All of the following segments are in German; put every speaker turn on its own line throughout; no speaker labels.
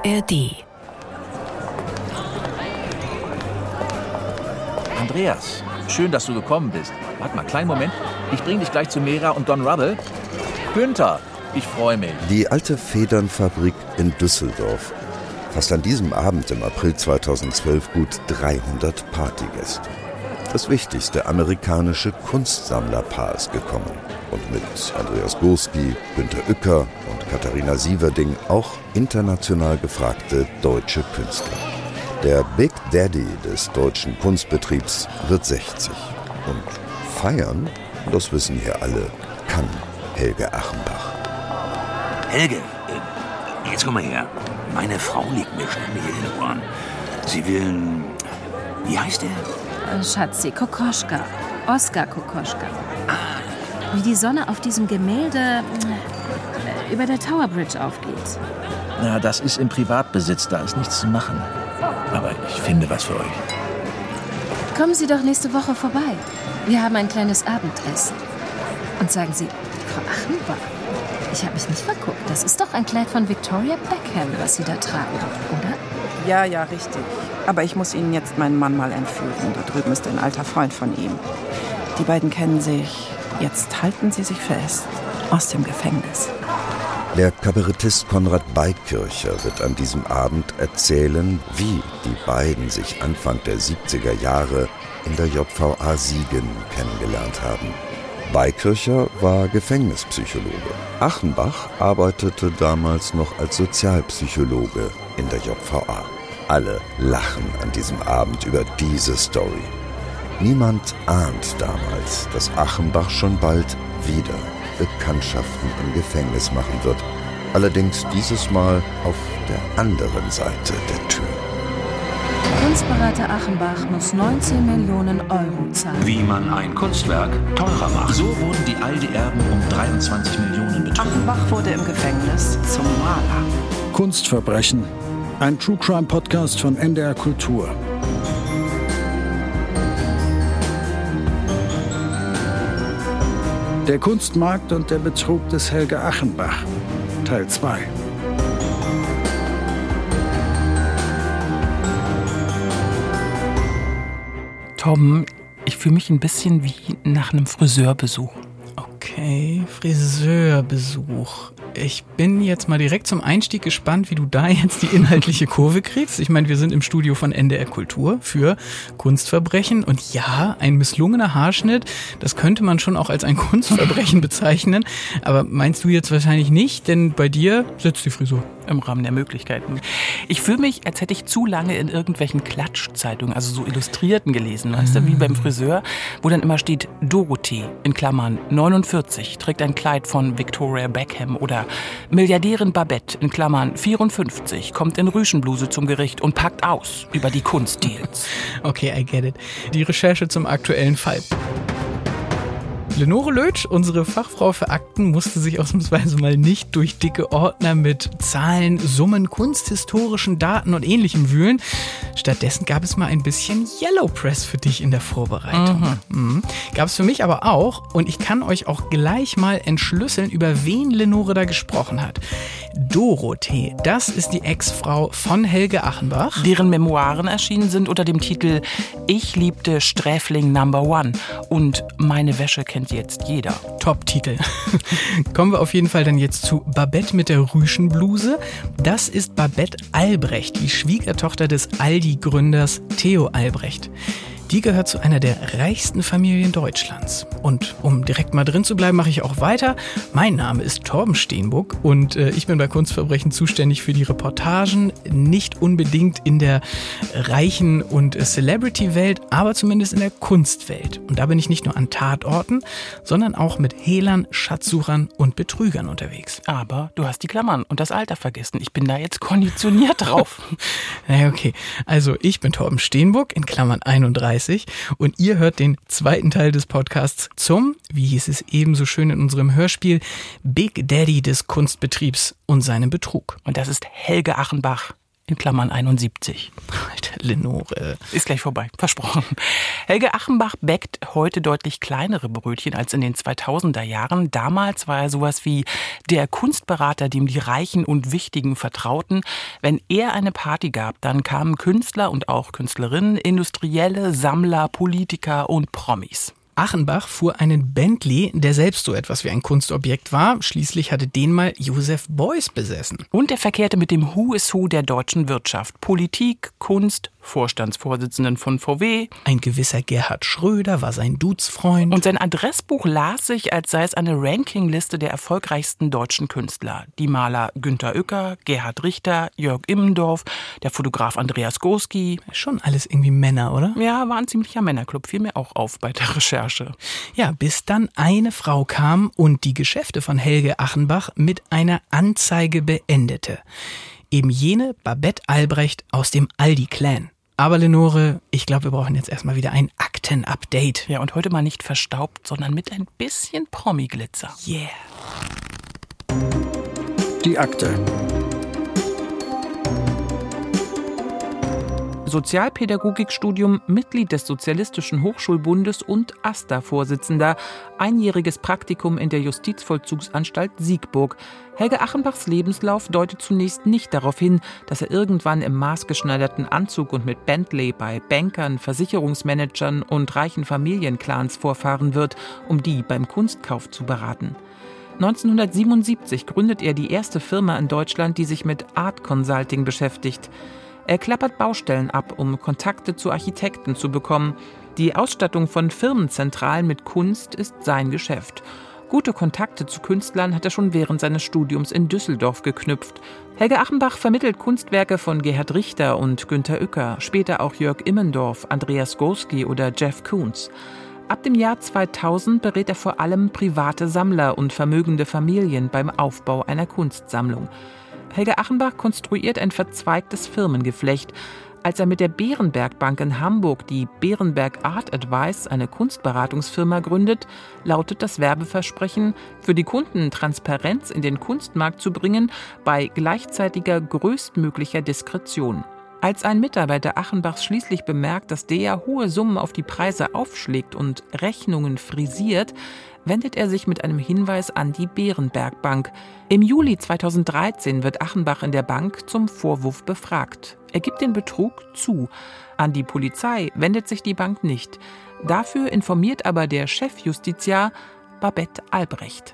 ARD.
Andreas, schön, dass du gekommen bist. Warte mal, kleinen Moment. Ich bring dich gleich zu Mera und Don Rubble. Günther, ich freue mich.
Die alte Federnfabrik in Düsseldorf. Fast an diesem Abend im April 2012 gut 300 Partygäste. Das wichtigste amerikanische Kunstsammlerpaar ist gekommen. Und mit Andreas Gursky, Günter Uecker und Katharina Sieverding auch international gefragte deutsche Künstler. Der Big Daddy des deutschen Kunstbetriebs wird 60. Und feiern, das wissen hier alle, kann Helge Achenbach.
Helge, jetzt komm mal her. Meine Frau liegt mir ständig in den Ohren. Sie will... Wie heißt der?
Schatzi, Kokoschka. Oskar Kokoschka. Wie die Sonne auf diesem Gemälde über der Tower Bridge aufgeht.
Na, das ist im Privatbesitz, da ist nichts zu machen. Aber ich finde was für euch.
Kommen Sie doch nächste Woche vorbei. Wir haben ein kleines Abendessen. Und sagen Sie, Frau Achenbach, ich habe mich nicht verguckt. Das ist doch ein Kleid von Victoria Beckham, was Sie da tragen, oder?
Ja, richtig. Aber ich muss Ihnen jetzt meinen Mann mal entführen. Da drüben ist ein alter Freund von ihm. Die beiden kennen sich. Jetzt halten Sie sich fest. Aus dem Gefängnis.
Der Kabarettist Konrad Beikircher wird an diesem Abend erzählen, wie die beiden sich Anfang der 70er Jahre in der JVA Siegen kennengelernt haben. Beikircher war Gefängnispsychologe. Achenbach arbeitete damals noch als Sozialpsychologe in der JVA. Alle lachen an diesem Abend über diese Story. Niemand ahnt damals, dass Achenbach schon bald wieder Bekanntschaften im Gefängnis machen wird. Allerdings dieses Mal auf der anderen Seite der Tür.
Kunstberater Achenbach muss 19 Millionen Euro zahlen.
Wie man ein Kunstwerk teurer macht.
So wurden die Aldi-Erben um 23 Millionen betrogen.
Achenbach wurde im Gefängnis zum Maler.
Kunstverbrechen. Ein True-Crime-Podcast von NDR Kultur. Der Kunstmarkt und der Betrug des Helge Achenbach. Teil 2.
Tom, ich fühle mich ein bisschen wie nach einem Friseurbesuch.
Okay, Friseurbesuch. Ich bin jetzt mal direkt zum Einstieg gespannt, wie du da jetzt die inhaltliche Kurve kriegst. Ich meine, wir sind im Studio von NDR Kultur für Kunstverbrechen. Und ja, ein misslungener Haarschnitt, das könnte man schon auch als ein Kunstverbrechen bezeichnen. Aber meinst du jetzt wahrscheinlich nicht, denn bei dir sitzt die Frisur.
Im Rahmen der Möglichkeiten. Ich fühle mich, als hätte ich zu lange in irgendwelchen Klatschzeitungen, also so Illustrierten gelesen, weißt du, wie beim Friseur, wo dann immer steht, Dorothee, in Klammern 49, trägt ein Kleid von Victoria Beckham oder Milliardärin Babette, in Klammern 54, kommt in Rüschenbluse zum Gericht und packt aus über die Kunstdeals.
Okay, I get it. Die Recherche zum aktuellen Fall. Lenore Lötsch, unsere Fachfrau für Akten, musste sich ausnahmsweise mal nicht durch dicke Ordner mit Zahlen, Summen, kunsthistorischen Daten und Ähnlichem wühlen. Stattdessen gab es mal ein bisschen Yellow Press für dich in der Vorbereitung. Gab es für mich aber auch, und ich kann euch auch gleich mal entschlüsseln, über wen Lenore da gesprochen hat. Dorothee, das ist die Ex-Frau von Helge Achenbach.
Deren Memoiren erschienen sind unter dem Titel Ich liebte Sträfling Number One und Meine Wäsche kennt jetzt jeder.
Top-Titel. Kommen wir auf jeden Fall dann jetzt zu Babette mit der Rüschenbluse. Das ist Babette Albrecht, die Schwiegertochter des Aldi-Gründers Theo Albrecht. Die gehört zu einer der reichsten Familien Deutschlands. Und um direkt mal drin zu bleiben, mache ich auch weiter. Mein Name ist Torben Steenbuck und ich bin bei Kunstverbrechen zuständig für die Reportagen. Nicht unbedingt in der reichen und Celebrity-Welt, aber zumindest in der Kunstwelt. Und da bin ich nicht nur an Tatorten, sondern auch mit Hehlern, Schatzsuchern und Betrügern unterwegs.
Aber du hast die Klammern und das Alter vergessen. Ich bin da jetzt konditioniert drauf.
Naja, okay. Also ich bin Torben Steenbuck, in Klammern 31. Und ihr hört den zweiten Teil des Podcasts zum, wie hieß es ebenso schön in unserem Hörspiel, Big Daddy des Kunstbetriebs und seinem Betrug.
Und das ist Helge Achenbach in Klammern 71.
Alter, Lenore.
Ist gleich vorbei, versprochen. Helge Achenbach backt heute deutlich kleinere Brötchen als in den 2000er Jahren. Damals war er sowas wie der Kunstberater, dem die Reichen und Wichtigen vertrauten. Wenn er eine Party gab, dann kamen Künstler und auch Künstlerinnen, Industrielle, Sammler, Politiker und Promis.
Achenbach fuhr einen Bentley, der selbst so etwas wie ein Kunstobjekt war. Schließlich hatte den mal Joseph Beuys besessen.
Und er verkehrte mit dem Who is Who der deutschen Wirtschaft. Politik, Kunst, Vorstandsvorsitzenden von VW.
Ein gewisser Gerhard Schröder war sein Dudesfreund.
Und sein Adressbuch las sich, als sei es eine Rankingliste der erfolgreichsten deutschen Künstler. Die Maler Günter Uecker, Gerhard Richter, Jörg Immendorf, der Fotograf Andreas Gurski.
Schon alles irgendwie Männer, oder?
Ja, war ein ziemlicher Männerclub, fiel mir auch auf bei der Recherche.
Ja, bis dann eine Frau kam und die Geschäfte von Helge Achenbach mit einer Anzeige beendete. Eben jene Babette Albrecht aus dem Aldi-Clan. Aber Lenore, ich glaube, wir brauchen jetzt erstmal wieder ein Akten-Update.
Ja, und heute mal nicht verstaubt, sondern mit ein bisschen Promi-Glitzer.
Yeah.
Die Akte.
Sozialpädagogikstudium, Mitglied des Sozialistischen Hochschulbundes und AStA-Vorsitzender. Einjähriges Praktikum in der Justizvollzugsanstalt Siegburg. Helge Achenbachs Lebenslauf deutet zunächst nicht darauf hin, dass er irgendwann im maßgeschneiderten Anzug und mit Bentley bei Bankern, Versicherungsmanagern und reichen Familienclans vorfahren wird, um die beim Kunstkauf zu beraten. 1977 gründet er die erste Firma in Deutschland, die sich mit Art Consulting beschäftigt. Er klappert Baustellen ab, um Kontakte zu Architekten zu bekommen. Die Ausstattung von Firmenzentralen mit Kunst ist sein Geschäft. Gute Kontakte zu Künstlern hat er schon während seines Studiums in Düsseldorf geknüpft. Helge Achenbach vermittelt Kunstwerke von Gerhard Richter und Günter Uecker, später auch Jörg Immendorf, Andreas Gurski oder Jeff Koons. Ab dem Jahr 2000 berät er vor allem private Sammler und vermögende Familien beim Aufbau einer Kunstsammlung. Helge Achenbach konstruiert ein verzweigtes Firmengeflecht. Als er mit der Berenberg Bank in Hamburg die Berenberg Art Advice, eine Kunstberatungsfirma, gründet, lautet das Werbeversprechen, für die Kunden Transparenz in den Kunstmarkt zu bringen, bei gleichzeitiger größtmöglicher Diskretion. Als ein Mitarbeiter Achenbachs schließlich bemerkt, dass der hohe Summen auf die Preise aufschlägt und Rechnungen frisiert, wendet er sich mit einem Hinweis an die Berenberg Bank. Im Juli 2013 wird Achenbach in der Bank zum Vorwurf befragt. Er gibt den Betrug zu. An die Polizei wendet sich die Bank nicht. Dafür informiert aber der Chefjustiziar Babette Albrecht.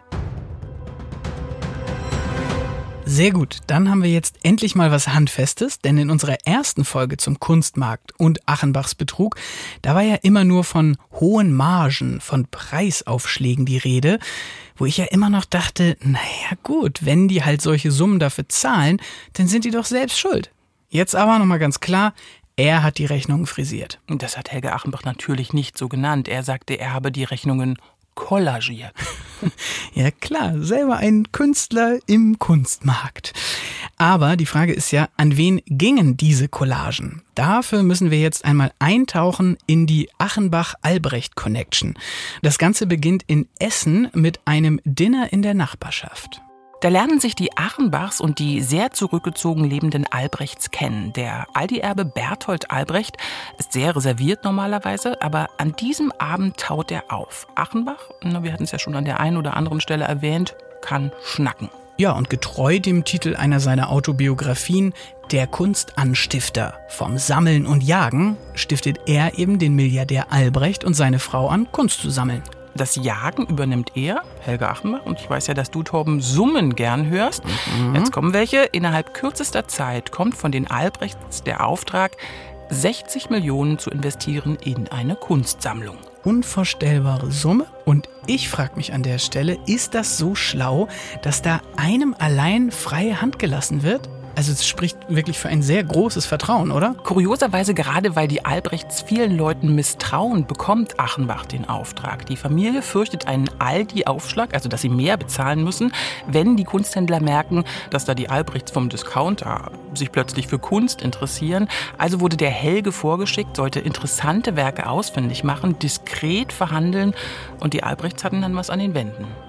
Sehr gut, dann haben wir jetzt endlich mal was Handfestes, denn in unserer ersten Folge zum Kunstmarkt und Achenbachs Betrug, da war ja immer nur von hohen Margen, von Preisaufschlägen die Rede, wo ich ja immer noch dachte, naja gut, wenn die halt solche Summen dafür zahlen, dann sind die doch selbst schuld. Jetzt aber nochmal ganz klar, er hat die Rechnungen frisiert.
Das hat Helge Achenbach natürlich nicht so genannt. Er sagte, er habe die Rechnungen kollagiert.
Ja klar, selber ein Künstler im Kunstmarkt. Aber die Frage ist ja, an wen gingen diese Collagen? Dafür müssen wir jetzt einmal eintauchen in die Achenbach-Albrecht-Connection. Das Ganze beginnt in Essen mit einem Dinner in der Nachbarschaft.
Da lernen sich die Achenbachs und die sehr zurückgezogen lebenden Albrechts kennen. Der Aldi-Erbe Berthold Albrecht ist sehr reserviert normalerweise, aber an diesem Abend taut er auf. Achenbach, wir hatten es ja schon an der einen oder anderen Stelle erwähnt, kann schnacken.
Ja, und getreu dem Titel einer seiner Autobiografien, Der Kunstanstifter, vom Sammeln und Jagen, stiftet er eben den Milliardär Albrecht und seine Frau an, Kunst zu sammeln.
Das Jagen übernimmt er, Helge Achenbach, und ich weiß ja, dass du, Torben, Summen gern hörst. Jetzt kommen welche. Innerhalb kürzester Zeit kommt von den Albrechts der Auftrag, 60 Millionen zu investieren in eine Kunstsammlung.
Unvorstellbare Summe. Und ich frage mich an der Stelle, ist das so schlau, dass da einem allein freie Hand gelassen wird? Also es spricht wirklich für ein sehr großes Vertrauen, oder?
Kurioserweise, gerade weil die Albrechts vielen Leuten misstrauen, bekommt Achenbach den Auftrag. Die Familie fürchtet einen Aldi-Aufschlag, also dass sie mehr bezahlen müssen, wenn die Kunsthändler merken, dass da die Albrechts vom Discounter sich plötzlich für Kunst interessieren. Also wurde der Helge vorgeschickt, sollte interessante Werke ausfindig machen, diskret verhandeln und die Albrechts hatten dann was an den Wänden.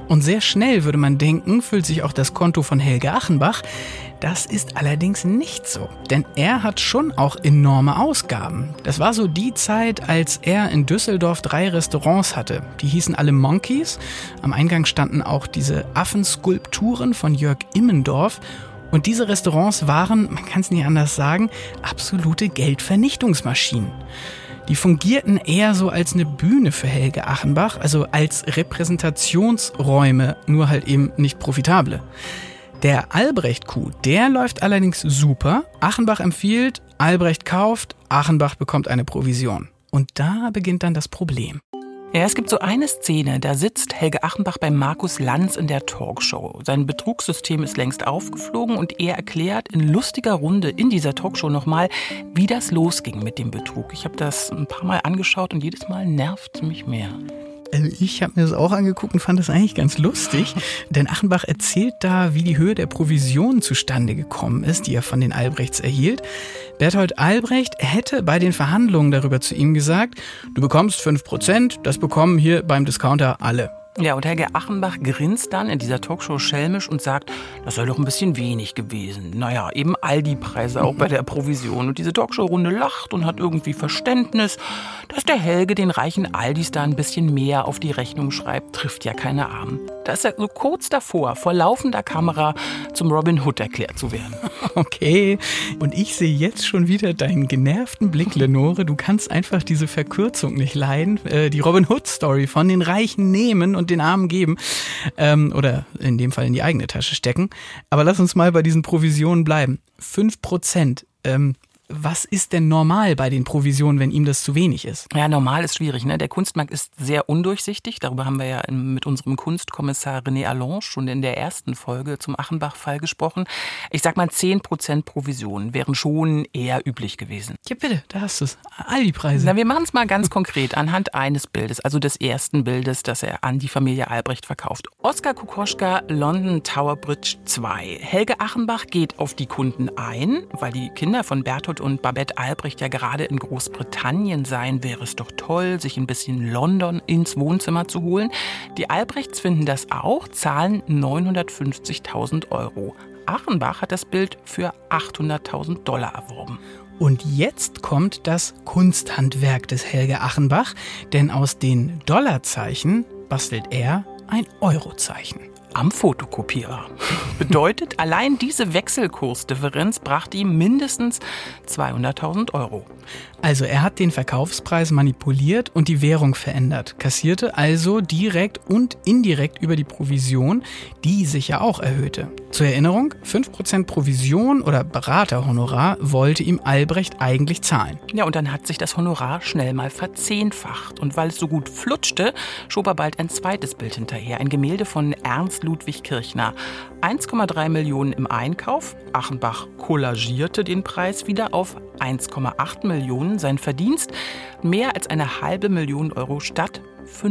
Und sehr schnell, würde man denken, füllt sich auch das Konto von Helge Achenbach. Das ist allerdings nicht so, denn er hat schon auch enorme Ausgaben. Das war so die Zeit, als er in Düsseldorf 3 Restaurants hatte. Die hießen alle Monkeys. Am Eingang standen auch diese Affenskulpturen von Jörg Immendorf. Und diese Restaurants waren, man kann es nicht anders sagen, absolute Geldvernichtungsmaschinen. Die fungierten eher so als eine Bühne für Helge Achenbach, also als Repräsentationsräume, nur halt eben nicht profitable. Der Albrecht-Coup, der läuft allerdings super. Achenbach empfiehlt, Albrecht kauft, Achenbach bekommt eine Provision. Und da beginnt dann das Problem.
Ja, es gibt so eine Szene, da sitzt Helge Achenbach bei Markus Lanz in der Talkshow. Sein Betrugssystem ist längst aufgeflogen und er erklärt in lustiger Runde in dieser Talkshow nochmal, wie das losging mit dem Betrug. Ich habe das ein paar Mal angeschaut und jedes Mal nervt es mich mehr.
Also ich habe mir das auch angeguckt und fand das eigentlich ganz lustig, denn Achenbach erzählt da, wie die Höhe der Provision zustande gekommen ist, die er von den Albrechts erhielt. Berthold Albrecht hätte bei den Verhandlungen darüber zu ihm gesagt, du bekommst 5%, das bekommen hier beim Discounter alle.
Ja, und Helge Achenbach grinst dann in dieser Talkshow schelmisch und sagt, das sei doch ein bisschen wenig gewesen. Naja, eben Aldi-Preise auch bei der Provision. Und diese Talkshow-Runde lacht und hat irgendwie Verständnis, dass der Helge den reichen Aldis da ein bisschen mehr auf die Rechnung schreibt, trifft ja keine Armen. Da ist er so kurz davor, vor laufender Kamera zum Robin Hood erklärt zu werden.
Okay, und ich sehe jetzt schon wieder deinen genervten Blick, Lenore. Du kannst einfach diese Verkürzung nicht leiden. Die Robin Hood-Story von den Reichen nehmen und den Armen geben. Oder in dem Fall in die eigene Tasche stecken. Aber lass uns mal bei diesen Provisionen bleiben. 5%. Was ist denn normal bei den Provisionen, wenn ihm das zu wenig ist?
Ja, normal ist schwierig, ne? Der Kunstmarkt ist sehr undurchsichtig. Darüber haben wir ja mit unserem Kunstkommissar René Allange schon in der ersten Folge zum Achenbach-Fall gesprochen. Ich sag mal, 10% Provision wären schon eher üblich gewesen.
Ja, bitte, da hast du es. All die Preise.
Na, wir machen es mal ganz konkret anhand eines Bildes, also des ersten Bildes, das er an die Familie Albrecht verkauft. Oskar Kokoschka, London Tower Bridge 2. Helge Achenbach geht auf die Kunden ein, weil die Kinder von Berthold und Babette Albrecht ja gerade in Großbritannien seien, wäre es doch toll, sich ein bisschen London ins Wohnzimmer zu holen. Die Albrechts finden das auch, zahlen 950.000 €. Achenbach hat das Bild für $800.000 erworben.
Und jetzt kommt das Kunsthandwerk des Helge Achenbach, denn aus den Dollarzeichen bastelt er ein Eurozeichen.
Am Fotokopierer. Bedeutet, allein diese Wechselkursdifferenz brachte ihm mindestens 200.000 €.
Also er hat den Verkaufspreis manipuliert und die Währung verändert, kassierte also direkt und indirekt über die Provision, die sich ja auch erhöhte. Zur Erinnerung, 5% Provision oder Beraterhonorar wollte ihm Albrecht eigentlich zahlen.
Ja, und dann hat sich das Honorar schnell mal verzehnfacht. Und weil es so gut flutschte, schob er bald ein zweites Bild hinterher. Ein Gemälde von Ernst Ludwig Kirchner. 1,3 Millionen im Einkauf. Achenbach kollagierte den Preis wieder auf 1,8 Millionen. Sein Verdienst mehr als 500.000 € statt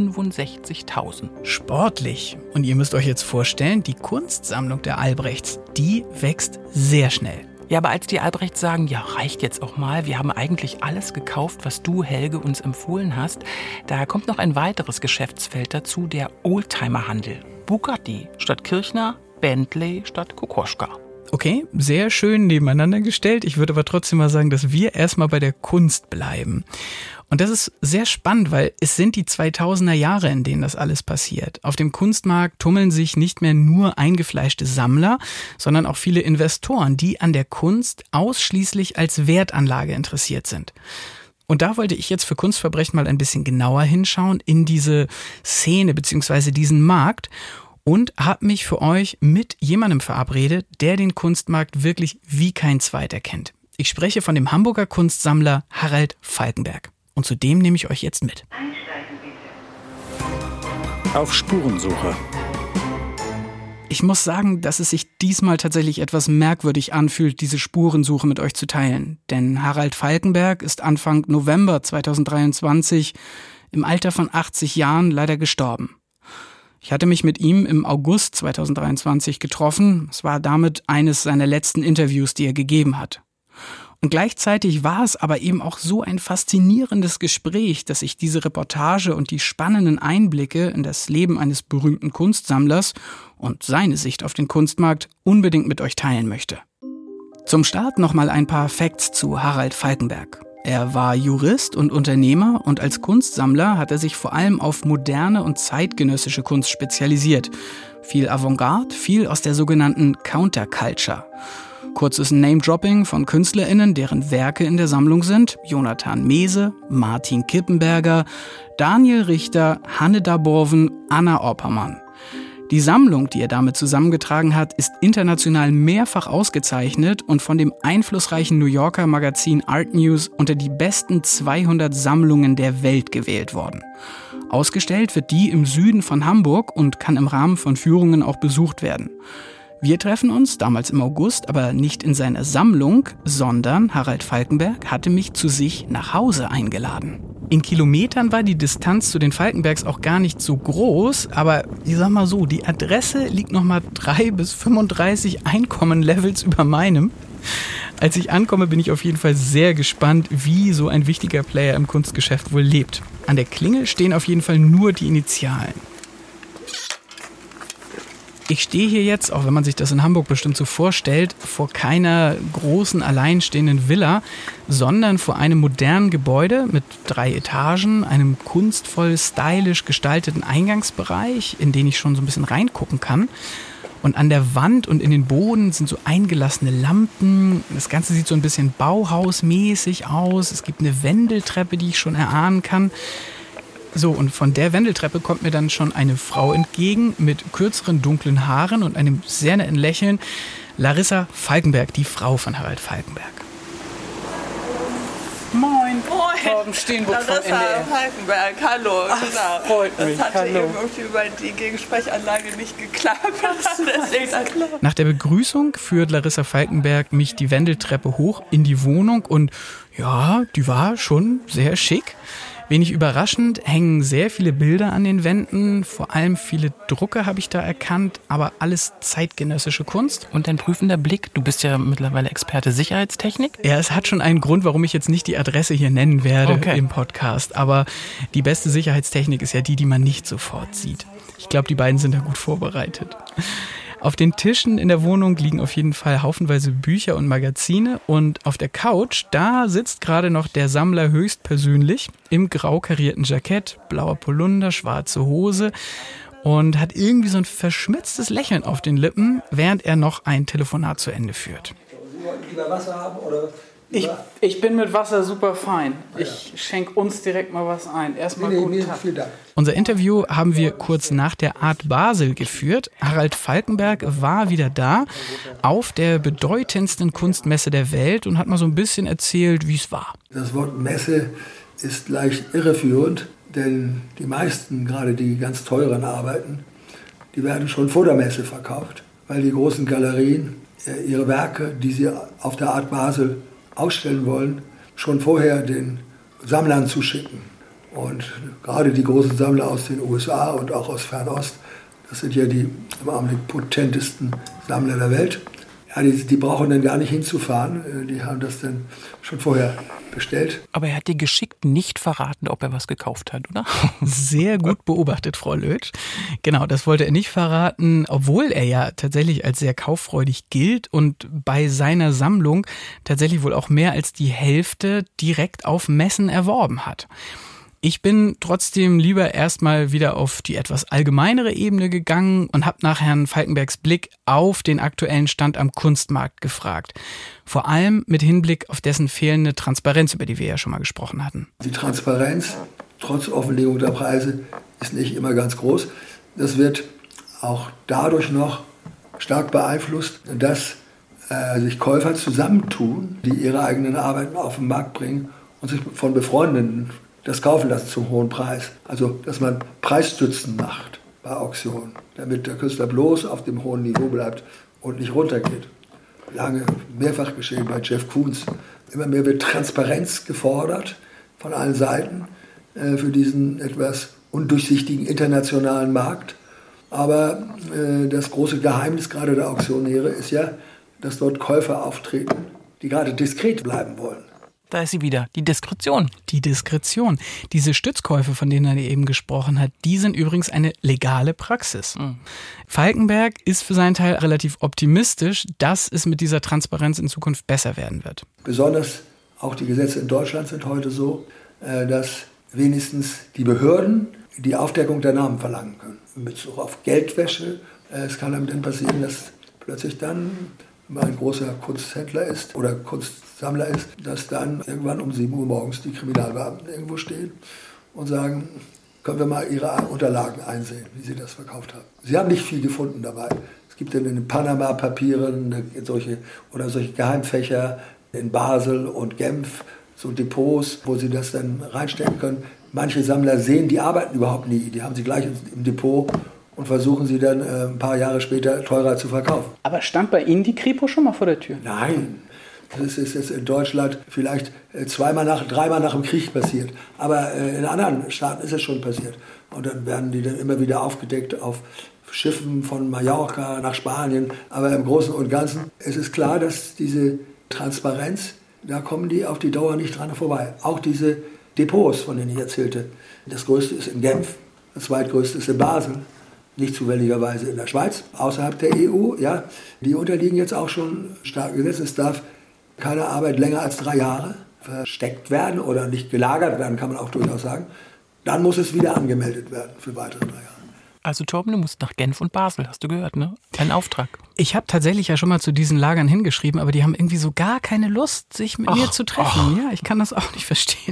65.000.
Sportlich. Und ihr müsst euch jetzt vorstellen, die Kunstsammlung der Albrechts, die wächst sehr schnell.
Ja, aber als die Albrechts sagen, ja, reicht jetzt auch mal, wir haben eigentlich alles gekauft, was du, Helge, uns empfohlen hast, da kommt noch ein weiteres Geschäftsfeld dazu, der Oldtimerhandel. Bugatti statt Kirchner, Bentley statt Kokoschka.
Okay, sehr schön nebeneinander gestellt. Ich würde aber trotzdem mal sagen, dass wir erstmal bei der Kunst bleiben. Und das ist sehr spannend, weil es sind die 2000er Jahre, in denen das alles passiert. Auf dem Kunstmarkt tummeln sich nicht mehr nur eingefleischte Sammler, sondern auch viele Investoren, die an der Kunst ausschließlich als Wertanlage interessiert sind. Und da wollte ich jetzt für Kunstverbrechen mal ein bisschen genauer hinschauen in diese Szene bzw. diesen Markt und habe mich für euch mit jemandem verabredet, der den Kunstmarkt wirklich wie kein zweiter kennt. Ich spreche von dem Hamburger Kunstsammler Harald Falkenberg. Und zu dem nehme ich euch jetzt mit.
Auf Spurensuche.
Ich muss sagen, dass es sich diesmal tatsächlich etwas merkwürdig anfühlt, diese Spurensuche mit euch zu teilen. Denn Harald Falkenberg ist Anfang November 2023 im Alter von 80 Jahren leider gestorben. Ich hatte mich mit ihm im August 2023 getroffen. Es war damit eines seiner letzten Interviews, die er gegeben hat. Und gleichzeitig war es aber eben auch so ein faszinierendes Gespräch, dass ich diese Reportage und die spannenden Einblicke in das Leben eines berühmten Kunstsammlers und seine Sicht auf den Kunstmarkt unbedingt mit euch teilen möchte. Zum Start nochmal ein paar Facts zu Harald Falkenberg. Er war Jurist und Unternehmer und als Kunstsammler hat er sich vor allem auf moderne und zeitgenössische Kunst spezialisiert. Viel Avantgarde, viel aus der sogenannten Counterculture. Kurzes Name-Dropping von KünstlerInnen, deren Werke in der Sammlung sind: Jonathan Mese, Martin Kippenberger, Daniel Richter, Hanne Daborven, Anna Oppermann. Die Sammlung, die er damit zusammengetragen hat, ist international mehrfach ausgezeichnet und von dem einflussreichen New Yorker Magazin Art News unter die besten 200 Sammlungen der Welt gewählt worden. Ausgestellt wird die im Süden von Hamburg und kann im Rahmen von Führungen auch besucht werden. Wir treffen uns, damals im August, aber nicht in seiner Sammlung, sondern Harald Falkenberg hatte mich zu sich nach Hause eingeladen. In Kilometern war die Distanz zu den Falkenbergs auch gar nicht so groß, aber ich sag mal so, die Adresse liegt nochmal 3 bis 35 Einkommenlevels über meinem. Als ich ankomme, bin ich auf jeden Fall sehr gespannt, wie so ein wichtiger Player im Kunstgeschäft wohl lebt. An der Klingel stehen auf jeden Fall nur die Initialen. Ich stehe hier jetzt, auch wenn man sich das in Hamburg bestimmt so vorstellt, vor keiner großen, alleinstehenden Villa, sondern vor einem modernen Gebäude mit 3 Etagen, einem kunstvoll, stylisch gestalteten Eingangsbereich, in den ich schon so ein bisschen reingucken kann. Und an der Wand und in den Boden sind so eingelassene Lampen. Das Ganze sieht so ein bisschen Bauhausmäßig aus. Es gibt eine Wendeltreppe, die ich schon erahnen kann. So, und von der Wendeltreppe kommt mir dann schon eine Frau entgegen mit kürzeren, dunklen Haaren und einem sehr netten Lächeln. Larissa Falkenberg, die Frau von Harald Falkenberg. Moin. Torben Steenbuch von NDR.
Falkenberg, hallo.
Ach,
genau.
Freut mich,
das hatte
hallo.
eben irgendwie über die Gegensprechanlage nicht geklappt.
Nach der Begrüßung führt Larissa Falkenberg mich die Wendeltreppe hoch in die Wohnung und ja, die war schon sehr schick. Wenig überraschend hängen sehr viele Bilder an den Wänden, vor allem viele Drucke habe ich da erkannt, aber alles zeitgenössische Kunst.
Und dein prüfender Blick, du bist ja mittlerweile Experte Sicherheitstechnik?
Ja, es hat schon einen Grund, warum ich jetzt nicht die Adresse hier nennen werde im Podcast, aber die beste Sicherheitstechnik ist ja die man nicht sofort sieht. Ich glaube, die beiden sind da gut vorbereitet. Auf den Tischen in der Wohnung liegen auf jeden Fall haufenweise Bücher und Magazine und auf der Couch, da sitzt gerade noch der Sammler höchstpersönlich im grau karierten Jackett, blauer Polunder, schwarze Hose und hat irgendwie so ein verschmitztes Lächeln auf den Lippen, während er noch ein Telefonat zu Ende führt.
Sie wollten lieber Wasser haben oder?
Ich bin mit Wasser super fein. Ich schenke uns direkt mal was ein. Erstmal guten Tag.
Vielen Dank.
Unser Interview haben wir kurz nach der Art Basel geführt. Harald Falkenberg war wieder da auf der bedeutendsten Kunstmesse der Welt und hat mal so ein bisschen erzählt, wie es war.
Das Wort Messe ist leicht irreführend, denn die meisten, gerade die ganz teuren Arbeiten, die werden schon vor der Messe verkauft, weil die großen Galerien ihre Werke, die sie auf der Art Basel ausstellen wollen, schon vorher den Sammlern zuschicken. Und gerade die großen Sammler aus den USA und auch aus Fernost, das sind ja die im Augenblick potentesten Sammler der Welt, ja, die brauchen dann gar nicht hinzufahren, die haben das dann schon vorher bestellt.
Aber er hat dir geschickt nicht verraten, ob er was gekauft hat, oder?
Sehr gut beobachtet, Frau Lötsch. Genau, das wollte er nicht verraten, obwohl er ja tatsächlich als sehr kauffreudig gilt und bei seiner Sammlung tatsächlich wohl auch mehr als die Hälfte direkt auf Messen erworben hat. Ich bin trotzdem lieber erstmal wieder auf die etwas allgemeinere Ebene gegangen und habe nach Herrn Falkenbergs Blick auf den aktuellen Stand am Kunstmarkt gefragt. Vor allem mit Hinblick auf dessen fehlende Transparenz, über die wir ja schon mal gesprochen hatten.
Die Transparenz, trotz Offenlegung der Preise, ist nicht immer ganz groß. Das wird auch dadurch noch stark beeinflusst, dass sich Käufer zusammentun, die ihre eigenen Arbeiten auf den Markt bringen und sich von Befreundeten das kaufen lassen zum hohen Preis. Also, dass man Preisstützen macht bei Auktionen, damit der Künstler bloß auf dem hohen Niveau bleibt und nicht runtergeht. Lange, mehrfach geschehen bei Jeff Koons. Immer mehr wird Transparenz gefordert von allen Seiten für diesen etwas undurchsichtigen internationalen Markt. Aber das große Geheimnis gerade der Auktionäre ist ja, dass dort Käufer auftreten, die gerade diskret bleiben wollen.
Da ist sie wieder, die Diskretion.
Die Diskretion. Diese Stützkäufe, von denen er eben gesprochen hat, die sind übrigens eine legale Praxis. Falkenberg ist für seinen Teil relativ optimistisch, dass es mit dieser Transparenz in Zukunft besser werden wird.
Besonders auch die Gesetze in Deutschland sind heute so, dass wenigstens die Behörden die Aufdeckung der Namen verlangen können. In Bezug auf Geldwäsche, es kann damit passieren, dass plötzlich dann, wenn man ein großer Kunsthändler ist oder Kunstsammler ist, dass dann irgendwann um 7 Uhr morgens die Kriminalbeamten irgendwo stehen und sagen, können wir mal Ihre Unterlagen einsehen, wie Sie das verkauft haben. Sie haben nicht viel gefunden dabei. Es gibt in den Panama-Papieren solche Geheimfächer in Basel und Genf, so Depots, wo Sie das dann reinstellen können. Manche Sammler sehen die Arbeiten überhaupt nie. Die haben sie gleich im Depot und versuchen sie dann ein paar Jahre später teurer zu verkaufen.
Aber stand bei Ihnen die Kripo schon mal vor der Tür?
Nein. Das ist jetzt in Deutschland vielleicht dreimal nach dem Krieg passiert. Aber in anderen Staaten ist es schon passiert. Und dann werden die dann immer wieder aufgedeckt auf Schiffen von Mallorca nach Spanien. Aber im Großen und Ganzen ist es klar, dass diese Transparenz, da kommen die auf die Dauer nicht dran vorbei. Auch diese Depots, von denen ich erzählte. Das größte ist in Genf, das zweitgrößte ist in Basel. Nicht zufälligerweise in der Schweiz, außerhalb der EU. Ja, die unterliegen jetzt auch schon starken Gesetzen. Es darf keine Arbeit länger als 3 Jahre versteckt werden oder nicht gelagert werden, kann man auch durchaus sagen. Dann muss es wieder angemeldet werden für weitere 3 Jahre.
Also Torben, du musst nach Genf und Basel, hast du gehört, ne? Ein Auftrag.
Ich habe tatsächlich ja schon mal zu diesen Lagern hingeschrieben, aber die haben irgendwie so gar keine Lust, sich mit mir zu treffen. Ja, ich kann das auch nicht verstehen.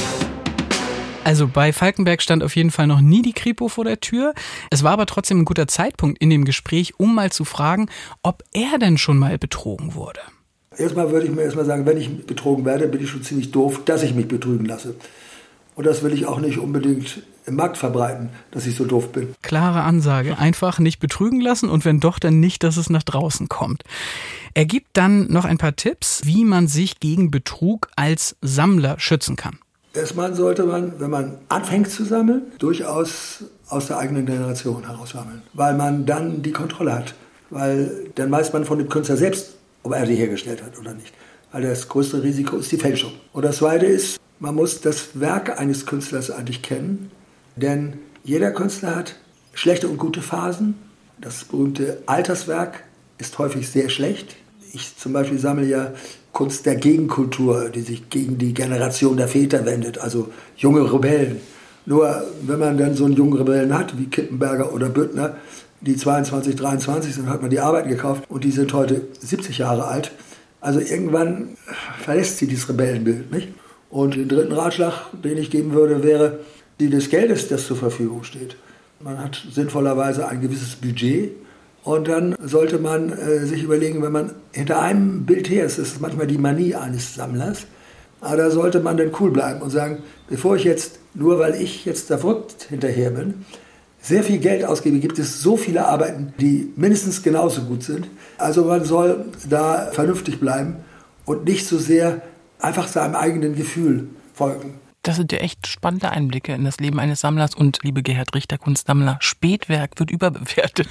Also bei Falkenberg stand auf jeden Fall noch nie die Kripo vor der Tür. Es war aber trotzdem ein guter Zeitpunkt in dem Gespräch, um mal zu fragen, ob er denn schon mal betrogen wurde.
Erstmal würde ich mir sagen, wenn ich betrogen werde, bin ich schon ziemlich doof, dass ich mich betrügen lasse. Und das will ich auch nicht unbedingt im Markt verbreiten, dass ich so doof bin.
Klare Ansage. Einfach nicht betrügen lassen und wenn doch, dann nicht, dass es nach draußen kommt. Er gibt dann noch ein paar Tipps, wie man sich gegen Betrug als Sammler schützen kann.
Erstmal sollte man, wenn man anfängt zu sammeln, durchaus aus der eigenen Generation heraus sammeln. Weil man dann die Kontrolle hat. Weil dann weiß man von dem Künstler selbst, ob er die hergestellt hat oder nicht. Weil das größte Risiko ist die Fälschung. Und das Zweite ist, man muss das Werk eines Künstlers eigentlich kennen. Denn jeder Künstler hat schlechte und gute Phasen. Das berühmte Alterswerk ist häufig sehr schlecht. Ich zum Beispiel sammle ja Kunst der Gegenkultur, die sich gegen die Generation der Väter wendet, also junge Rebellen. Nur wenn man dann so einen jungen Rebellen hat, wie Kippenberger oder Büttner, die 22, 23 sind, hat man die Arbeiten gekauft und die sind heute 70 Jahre alt. Also irgendwann verlässt sie dieses Rebellenbild, nicht? Und den dritten Ratschlag, den ich geben würde, wäre die des Geldes, das zur Verfügung steht. Man hat sinnvollerweise ein gewisses Budget. Und dann sollte man sich überlegen, wenn man hinter einem Bild her ist, das ist manchmal die Manie eines Sammlers, aber da sollte man dann cool bleiben und sagen, bevor ich jetzt, nur weil ich jetzt da verrückt hinterher bin, sehr viel Geld ausgebe, gibt es so viele Arbeiten, die mindestens genauso gut sind. Also man soll da vernünftig bleiben und nicht so sehr einfach seinem eigenen Gefühl folgen.
Das sind ja echt spannende Einblicke in das Leben eines Sammlers. Und liebe Gerhard Richter, Kunstsammler, Spätwerk wird überbewertet.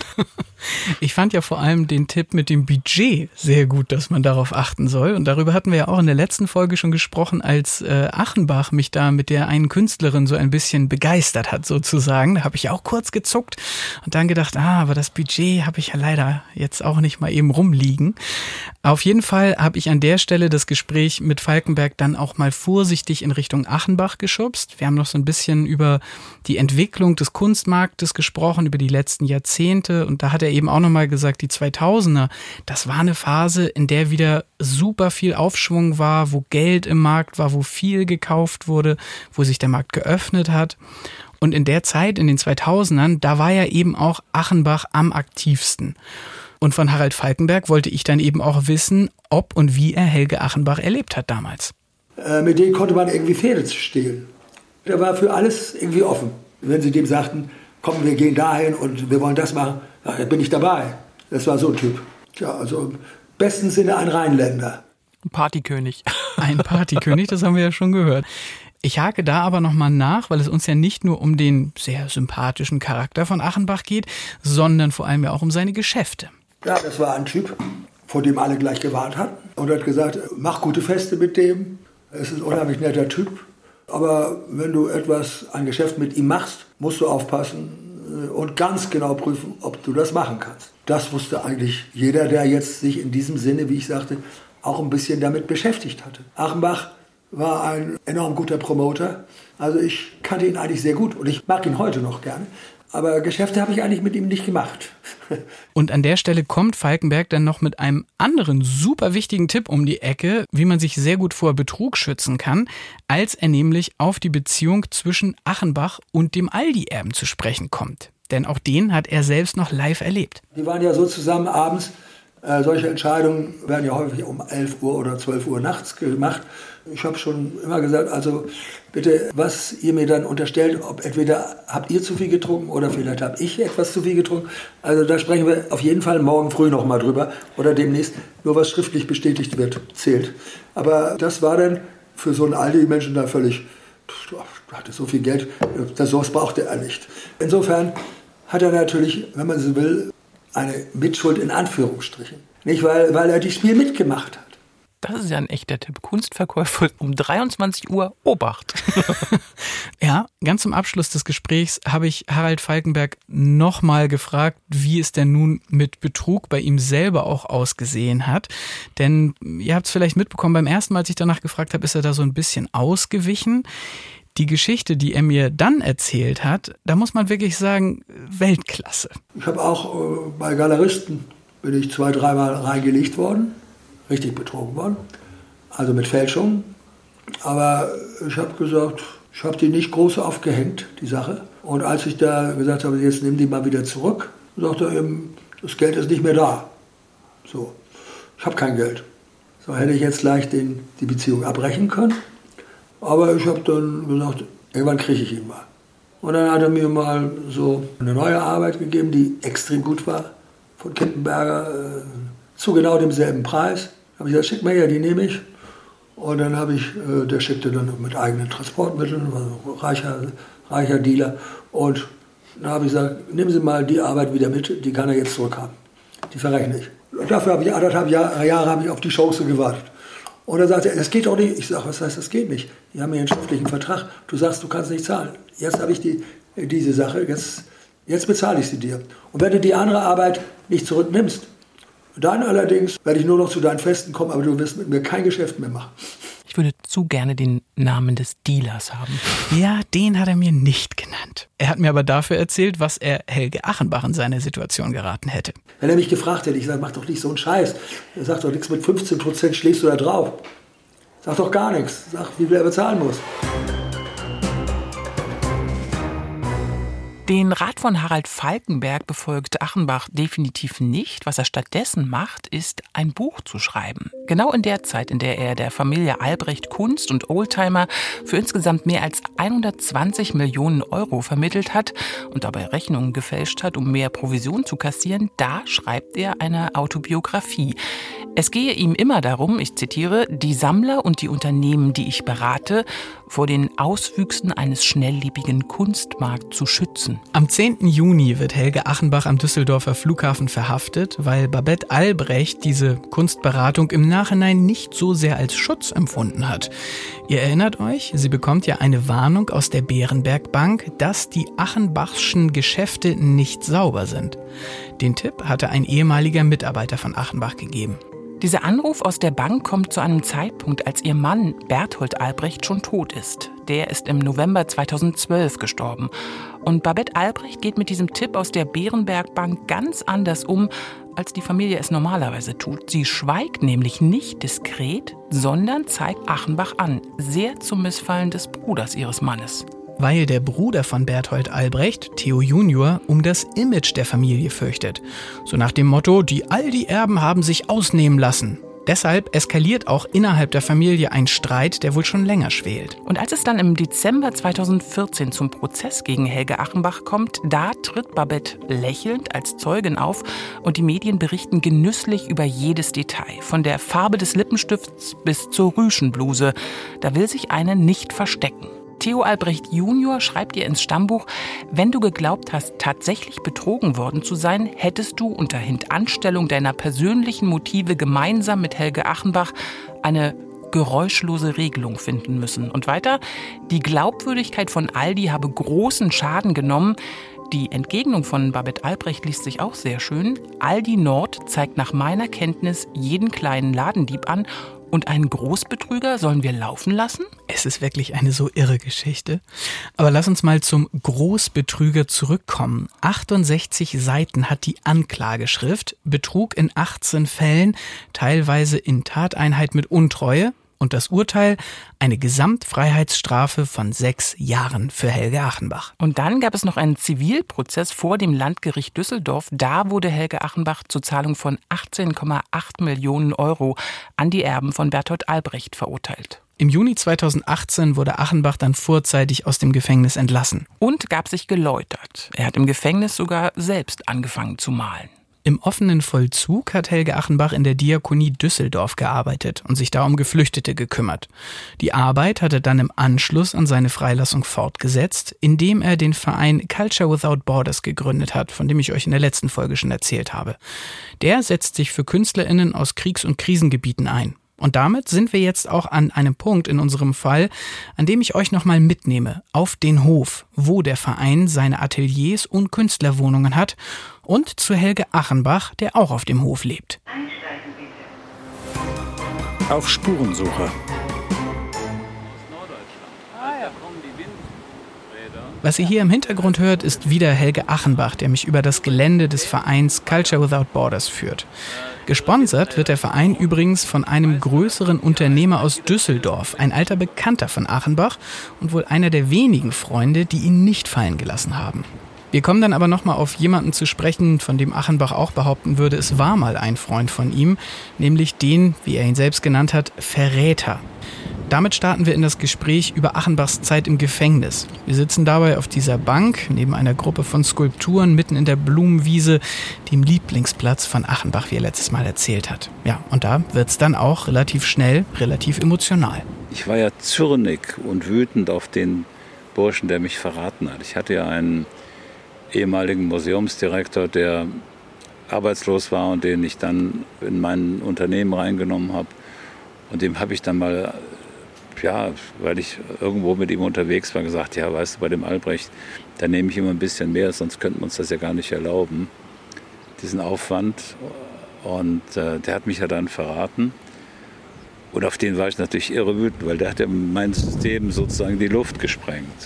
Ich fand ja vor allem den Tipp mit dem Budget sehr gut, dass man darauf achten soll. Und darüber hatten wir ja auch in der letzten Folge schon gesprochen, als Achenbach mich da mit der einen Künstlerin so ein bisschen begeistert hat sozusagen. Da habe ich auch kurz gezuckt und dann gedacht, aber das Budget habe ich ja leider jetzt auch nicht mal eben rumliegen. Auf jeden Fall habe ich an der Stelle das Gespräch mit Falkenberg dann auch mal vorsichtig in Richtung Achenbach geschubst. Wir haben noch so ein bisschen über die Entwicklung des Kunstmarktes gesprochen, über die letzten Jahrzehnte. Und da hat er eben auch nochmal gesagt, die 2000er, das war eine Phase, in der wieder super viel Aufschwung war, wo Geld im Markt war, wo viel gekauft wurde, wo sich der Markt geöffnet hat. Und in der Zeit, in den 2000ern, da war ja eben auch Achenbach am aktivsten. Und von Harald Falkenberg wollte ich dann eben auch wissen, ob und wie er Helge Achenbach erlebt hat damals.
Mit denen konnte man irgendwie Pferde stehlen. Der war für alles irgendwie offen. Wenn sie dem sagten, komm, wir gehen dahin und wir wollen das machen, da bin ich dabei. Das war so ein Typ. Tja, also im besten Sinne ein Rheinländer.
Ein Partykönig.
Ein Partykönig, das haben wir ja schon gehört. Ich hake da aber nochmal nach, weil es uns ja nicht nur um den sehr sympathischen Charakter von Achenbach geht, sondern vor allem ja auch um seine Geschäfte.
Ja, das war ein Typ, vor dem alle gleich gewarnt hatten. Und hat gesagt, mach gute Feste mit dem, es ist ein unheimlich netter Typ. Aber wenn du ein Geschäft mit ihm machst, musst du aufpassen und ganz genau prüfen, ob du das machen kannst. Das wusste eigentlich jeder, der jetzt sich in diesem Sinne, wie ich sagte, auch ein bisschen damit beschäftigt hatte. Achenbach war ein enorm guter Promoter. Also ich kannte ihn eigentlich sehr gut und ich mag ihn heute noch gerne. Aber Geschäfte habe ich eigentlich mit ihm nicht gemacht.
Und an der Stelle kommt Falkenberg dann noch mit einem anderen super wichtigen Tipp um die Ecke, wie man sich sehr gut vor Betrug schützen kann, als er nämlich auf die Beziehung zwischen Achenbach und dem Aldi-Erben zu sprechen kommt. Denn auch den hat er selbst noch live erlebt.
Die waren ja so zusammen abends. Solche Entscheidungen werden ja häufig um 11 Uhr oder 12 Uhr nachts gemacht. Ich habe schon immer gesagt, also bitte, was ihr mir dann unterstellt, ob entweder habt ihr zu viel getrunken oder vielleicht habe ich etwas zu viel getrunken. Also da sprechen wir auf jeden Fall morgen früh noch mal drüber oder demnächst. Nur was schriftlich bestätigt wird, zählt. Aber das war dann für so einen Aldi-Menschen da völlig, hatte so viel Geld, sowas brauchte er nicht. Insofern hat er natürlich, wenn man so will, eine Mitschuld in Anführungsstrichen. Nicht, weil er das Spiel mitgemacht hat.
Das ist ja ein echter Tipp. Kunstverkäufer um 23 Uhr, Obacht.
Ja, ganz zum Abschluss des Gesprächs habe ich Harald Falkenberg nochmal gefragt, wie es denn nun mit Betrug bei ihm selber auch ausgesehen hat. Denn ihr habt es vielleicht mitbekommen, beim ersten Mal, als ich danach gefragt habe, ist er da so ein bisschen ausgewichen. Die Geschichte, die er mir dann erzählt hat, da muss man wirklich sagen, Weltklasse.
Ich habe auch bei Galeristen, bin ich 2-3 Mal reingelegt worden, richtig betrogen worden, also mit Fälschung. Aber ich habe gesagt, ich habe die nicht groß aufgehängt, die Sache. Und als ich da gesagt habe, jetzt nimm die mal wieder zurück, sagte er eben, das Geld ist nicht mehr da. So, ich habe kein Geld. So hätte ich jetzt gleich die Beziehung abbrechen können. Aber ich habe dann gesagt, irgendwann kriege ich ihn mal. Und dann hat er mir mal so eine neue Arbeit gegeben, die extrem gut war, von Kippenberger, zu genau demselben Preis. Da habe ich gesagt, schick mal her, die nehme ich. Und dann der schickte dann mit eigenen Transportmitteln, war ein reicher Dealer. Und dann habe ich gesagt, nehmen Sie mal die Arbeit wieder mit, die kann er jetzt zurückhaben. Die verrechne ich. Und dafür habe ich 1,5 Jahre habe ich auf die Chance gewartet. Und dann sagte er, das geht doch nicht. Ich sage, was heißt, das geht nicht? Die haben hier einen schriftlichen Vertrag. Du sagst, du kannst nicht zahlen. Jetzt habe ich diese Sache, jetzt bezahle ich sie dir. Und wenn du die andere Arbeit nicht zurücknimmst, dann allerdings werde ich nur noch zu deinen Festen kommen, aber du wirst mit mir kein Geschäft mehr machen.
Ich würde zu gerne den Namen des Dealers haben.
Ja, den hat er mir nicht genannt. Er hat mir aber dafür erzählt, was er Helge Achenbach in seine Situation geraten hätte.
Wenn er mich gefragt hätte, ich sage, mach doch nicht so einen Scheiß. Er sagt doch nichts, mit 15% schlägst du da drauf. Sag doch gar nichts. Sag, wie viel er bezahlen muss.
Den Rat von Harald Falkenberg befolgt Achenbach definitiv nicht. Was er stattdessen macht, ist, ein Buch zu schreiben. Genau in der Zeit, in der er der Familie Albrecht Kunst und Oldtimer für insgesamt mehr als 120 Millionen Euro vermittelt hat und dabei Rechnungen gefälscht hat, um mehr Provision zu kassieren, da schreibt er eine Autobiografie. Es gehe ihm immer darum, ich zitiere, die Sammler und die Unternehmen, die ich berate, vor den Auswüchsen eines schnelllebigen Kunstmarkts zu schützen.
Am 10. Juni wird Helge Achenbach am Düsseldorfer Flughafen verhaftet, weil Babette Albrecht diese Kunstberatung im Nachhinein nicht so sehr als Schutz empfunden hat. Ihr erinnert euch, sie bekommt ja eine Warnung aus der Berenberg Bank, dass die Achenbachschen Geschäfte nicht sauber sind. Den Tipp hatte ein ehemaliger Mitarbeiter von Achenbach gegeben.
Dieser Anruf aus der Bank kommt zu einem Zeitpunkt, als ihr Mann Berthold Albrecht schon tot ist. Der ist im November 2012 gestorben. Und Babette Albrecht geht mit diesem Tipp aus der Berenberg Bank ganz anders um, als die Familie es normalerweise tut. Sie schweigt nämlich nicht diskret, sondern zeigt Achenbach an, sehr zum Missfallen des Bruders ihres Mannes.
Weil der Bruder von Berthold Albrecht, Theo Junior, um das Image der Familie fürchtet. So nach dem Motto, die Aldi-Erben haben sich ausnehmen lassen. Deshalb eskaliert auch innerhalb der Familie ein Streit, der wohl schon länger schwelt.
Und als es dann im Dezember 2014 zum Prozess gegen Helge Achenbach kommt, da tritt Babette lächelnd als Zeugin auf und die Medien berichten genüsslich über jedes Detail. Von der Farbe des Lippenstifts bis zur Rüschenbluse. Da will sich eine nicht verstecken. Theo Albrecht Junior schreibt ihr ins Stammbuch, wenn du geglaubt hast, tatsächlich betrogen worden zu sein, hättest du unter Hintanstellung deiner persönlichen Motive gemeinsam mit Helge Achenbach eine geräuschlose Regelung finden müssen. Und weiter, die Glaubwürdigkeit von Aldi habe großen Schaden genommen. Die Entgegnung von Babette Albrecht liest sich auch sehr schön. Aldi Nord zeigt nach meiner Kenntnis jeden kleinen Ladendieb an. Und einen Großbetrüger sollen wir laufen lassen?
Es ist wirklich eine so irre Geschichte. Aber lass uns mal zum Großbetrüger zurückkommen. 68 Seiten hat die Anklageschrift. Betrug in 18 Fällen, teilweise in Tateinheit mit Untreue. Und das Urteil, eine Gesamtfreiheitsstrafe von 6 Jahren für Helge Achenbach.
Und dann gab es noch einen Zivilprozess vor dem Landgericht Düsseldorf. Da wurde Helge Achenbach zur Zahlung von 18,8 Millionen Euro an die Erben von Bertolt Albrecht verurteilt.
Im Juni 2018 wurde Achenbach dann vorzeitig aus dem Gefängnis entlassen.
Und gab sich geläutert. Er hat im Gefängnis sogar selbst angefangen zu malen.
Im offenen Vollzug hat Helge Achenbach in der Diakonie Düsseldorf gearbeitet und sich da um Geflüchtete gekümmert. Die Arbeit hat er dann im Anschluss an seine Freilassung fortgesetzt, indem er den Verein Culture Without Borders gegründet hat, von dem ich euch in der letzten Folge schon erzählt habe. Der setzt sich für KünstlerInnen aus Kriegs- und Krisengebieten ein. Und damit sind wir jetzt auch an einem Punkt in unserem Fall, an dem ich euch nochmal mitnehme, auf den Hof, wo der Verein seine Ateliers und Künstlerwohnungen hat, und zu Helge Achenbach, der auch auf dem Hof lebt.
Auf Spurensuche.
Was ihr hier im Hintergrund hört, ist wieder Helge Achenbach, der mich über das Gelände des Vereins Culture Without Borders führt. Gesponsert wird der Verein übrigens von einem größeren Unternehmer aus Düsseldorf, ein alter Bekannter von Achenbach und wohl einer der wenigen Freunde, die ihn nicht fallen gelassen haben. Wir kommen dann aber nochmal auf jemanden zu sprechen, von dem Achenbach auch behaupten würde, es war mal ein Freund von ihm, nämlich den, wie er ihn selbst genannt hat, Verräter. Damit starten wir in das Gespräch über Achenbachs Zeit im Gefängnis. Wir sitzen dabei auf dieser Bank neben einer Gruppe von Skulpturen mitten in der Blumenwiese, dem Lieblingsplatz von Achenbach, wie er letztes Mal erzählt hat. Ja, und da wird's dann auch relativ schnell, relativ emotional.
Ich war ja zornig und wütend auf den Burschen, der mich verraten hat. Ich hatte ja einen ehemaligen Museumsdirektor, der arbeitslos war und den ich dann in mein Unternehmen reingenommen habe. Und dem habe ich dann mal, ja, weil ich irgendwo mit ihm unterwegs war, gesagt, ja, weißt du, bei dem Albrecht, da nehme ich immer ein bisschen mehr, sonst könnten wir uns das ja gar nicht erlauben, diesen Aufwand. Und der hat mich ja dann verraten. Und auf den war ich natürlich irre wütend, weil der hat ja mein System sozusagen die Luft gesprengt.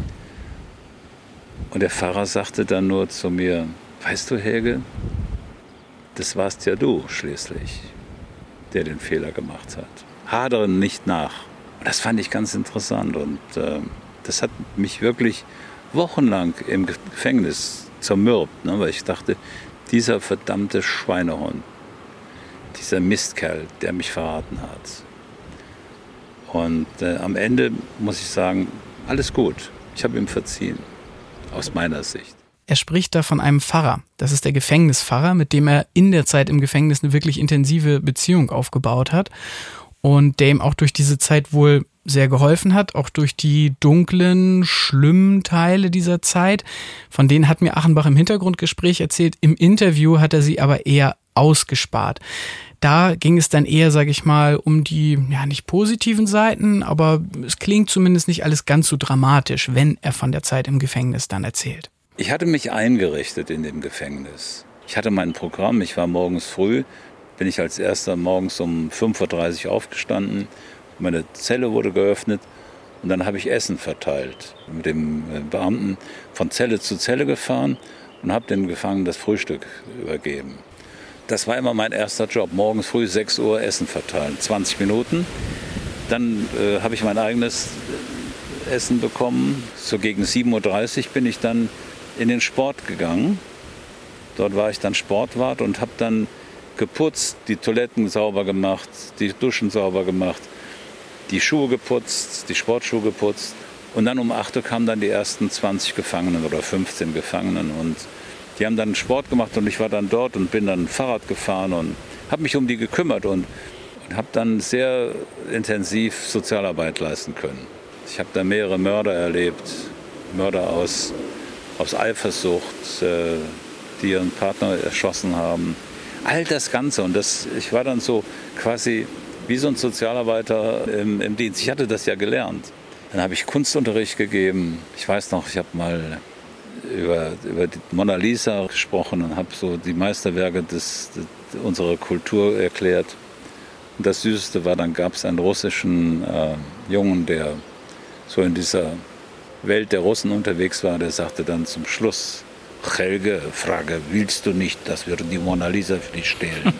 Und der Pfarrer sagte dann nur zu mir, weißt du, Helge, das warst ja du schließlich, der den Fehler gemacht hat. Hadere nicht nach. Und das fand ich ganz interessant. Und das hat mich wirklich wochenlang im Gefängnis zermürbt, ne? Weil ich dachte, dieser verdammte Schweinehund, dieser Mistkerl, der mich verraten hat. Und am Ende muss ich sagen, alles gut. Ich habe ihm verziehen, aus meiner Sicht.
Er spricht da von einem Pfarrer. Das ist der Gefängnispfarrer, mit dem er in der Zeit im Gefängnis eine wirklich intensive Beziehung aufgebaut hat und der ihm auch durch diese Zeit wohl sehr geholfen hat, auch durch die dunklen, schlimmen Teile dieser Zeit. Von denen hat mir Achenbach im Hintergrundgespräch erzählt. Im Interview hat er sie aber eher ausgespart. Da ging es dann eher, sage ich mal, um die, ja, nicht positiven Seiten, aber es klingt zumindest nicht alles ganz so dramatisch, wenn er von der Zeit im Gefängnis dann erzählt.
Ich hatte mich eingerichtet in dem Gefängnis. Ich hatte mein Programm, ich war morgens früh, bin ich als erster morgens um 5.30 Uhr aufgestanden. Meine Zelle wurde geöffnet und dann habe ich Essen verteilt. Mit dem Beamten von Zelle zu Zelle gefahren und habe den Gefangenen das Frühstück übergeben. Das war immer mein erster Job, morgens früh 6 Uhr Essen verteilen, 20 Minuten. Dann habe ich mein eigenes Essen bekommen. So gegen 7.30 Uhr bin ich dann in den Sport gegangen. Dort war ich dann Sportwart und habe dann geputzt, die Toiletten sauber gemacht, die Duschen sauber gemacht, die Schuhe geputzt, die Sportschuhe geputzt. Und dann um 8 Uhr kamen dann die ersten 20 Gefangenen oder 15 Gefangenen. Und die haben dann Sport gemacht und ich war dann dort und bin dann Fahrrad gefahren und habe mich um die gekümmert und habe dann sehr intensiv Sozialarbeit leisten können. Ich habe da mehrere Mörder erlebt. Mörder aus Eifersucht, die ihren Partner erschossen haben. All das Ganze. Und ich war dann so quasi wie so ein Sozialarbeiter im Dienst. Ich hatte das ja gelernt. Dann habe ich Kunstunterricht gegeben. Ich weiß noch, ich habe mal über die Mona Lisa gesprochen und habe so die Meisterwerke unserer Kultur erklärt. Und das Süßeste war, dann gab es einen russischen Jungen, der so in dieser Welt der Russen unterwegs war, der sagte dann zum Schluss: Helge, Frage, willst du nicht, dass wir die Mona Lisa für dich stehlen?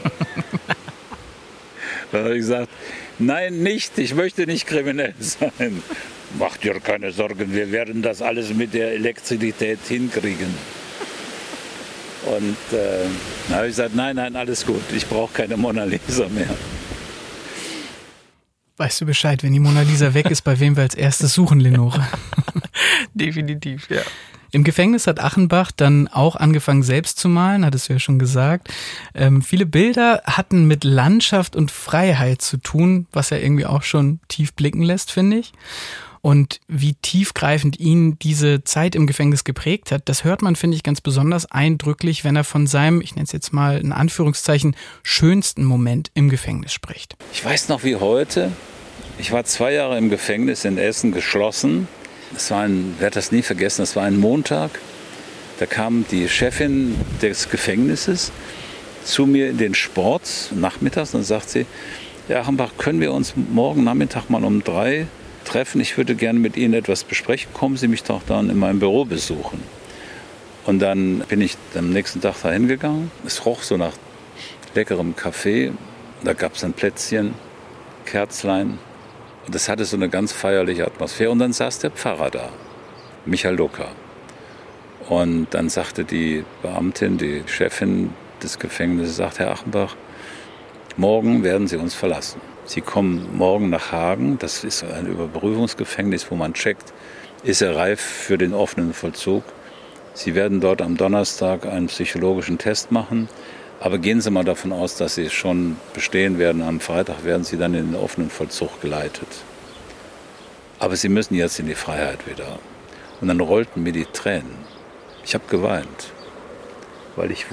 Da habe ich gesagt, nein, nicht, ich möchte nicht kriminell sein. Mach dir keine Sorgen, wir werden das alles mit der Elektrizität hinkriegen. Und dann habe ich gesagt, nein, alles gut, ich brauche keine Mona Lisa mehr.
Weißt du Bescheid, wenn die Mona Lisa weg ist, bei wem wir als erstes suchen, Lenore?
Definitiv, ja.
Im Gefängnis hat Achenbach dann auch angefangen, selbst zu malen, hattest du ja schon gesagt. Viele Bilder hatten mit Landschaft und Freiheit zu tun, was ja irgendwie auch schon tief blicken lässt, finde ich. Und wie tiefgreifend ihn diese Zeit im Gefängnis geprägt hat, das hört man, finde ich, ganz besonders eindrücklich, wenn er von seinem, ich nenne es jetzt mal in Anführungszeichen, schönsten Moment im Gefängnis spricht.
Ich weiß noch wie heute, ich war 2 Jahre im Gefängnis in Essen geschlossen. Ich werde das nie vergessen, das war ein Montag. Da kam die Chefin des Gefängnisses zu mir in den Sport nachmittags und sagt sie, ja, Achenbach, können wir uns morgen Nachmittag mal um 3 treffen? Ich würde gerne mit Ihnen etwas besprechen. Kommen Sie mich doch dann in meinem Büro besuchen. Und dann bin ich am nächsten Tag da hingegangen. Es roch so nach leckerem Kaffee. Da gab es ein Plätzchen, Kerzlein. Und das hatte so eine ganz feierliche Atmosphäre. Und dann saß der Pfarrer da, Michael Lucker. Und dann sagte die Beamtin, die Chefin des Gefängnisses, sagt, Herr Achenbach, morgen werden Sie uns verlassen. Sie kommen morgen nach Hagen. Das ist ein Überprüfungsgefängnis, wo man checkt, ist er reif für den offenen Vollzug. Sie werden dort am Donnerstag einen psychologischen Test machen. Aber gehen Sie mal davon aus, dass Sie schon bestehen werden. Am Freitag werden Sie dann in den offenen Vollzug geleitet. Aber Sie müssen jetzt in die Freiheit wieder. Und dann rollten mir die Tränen. Ich habe geweint, weil ich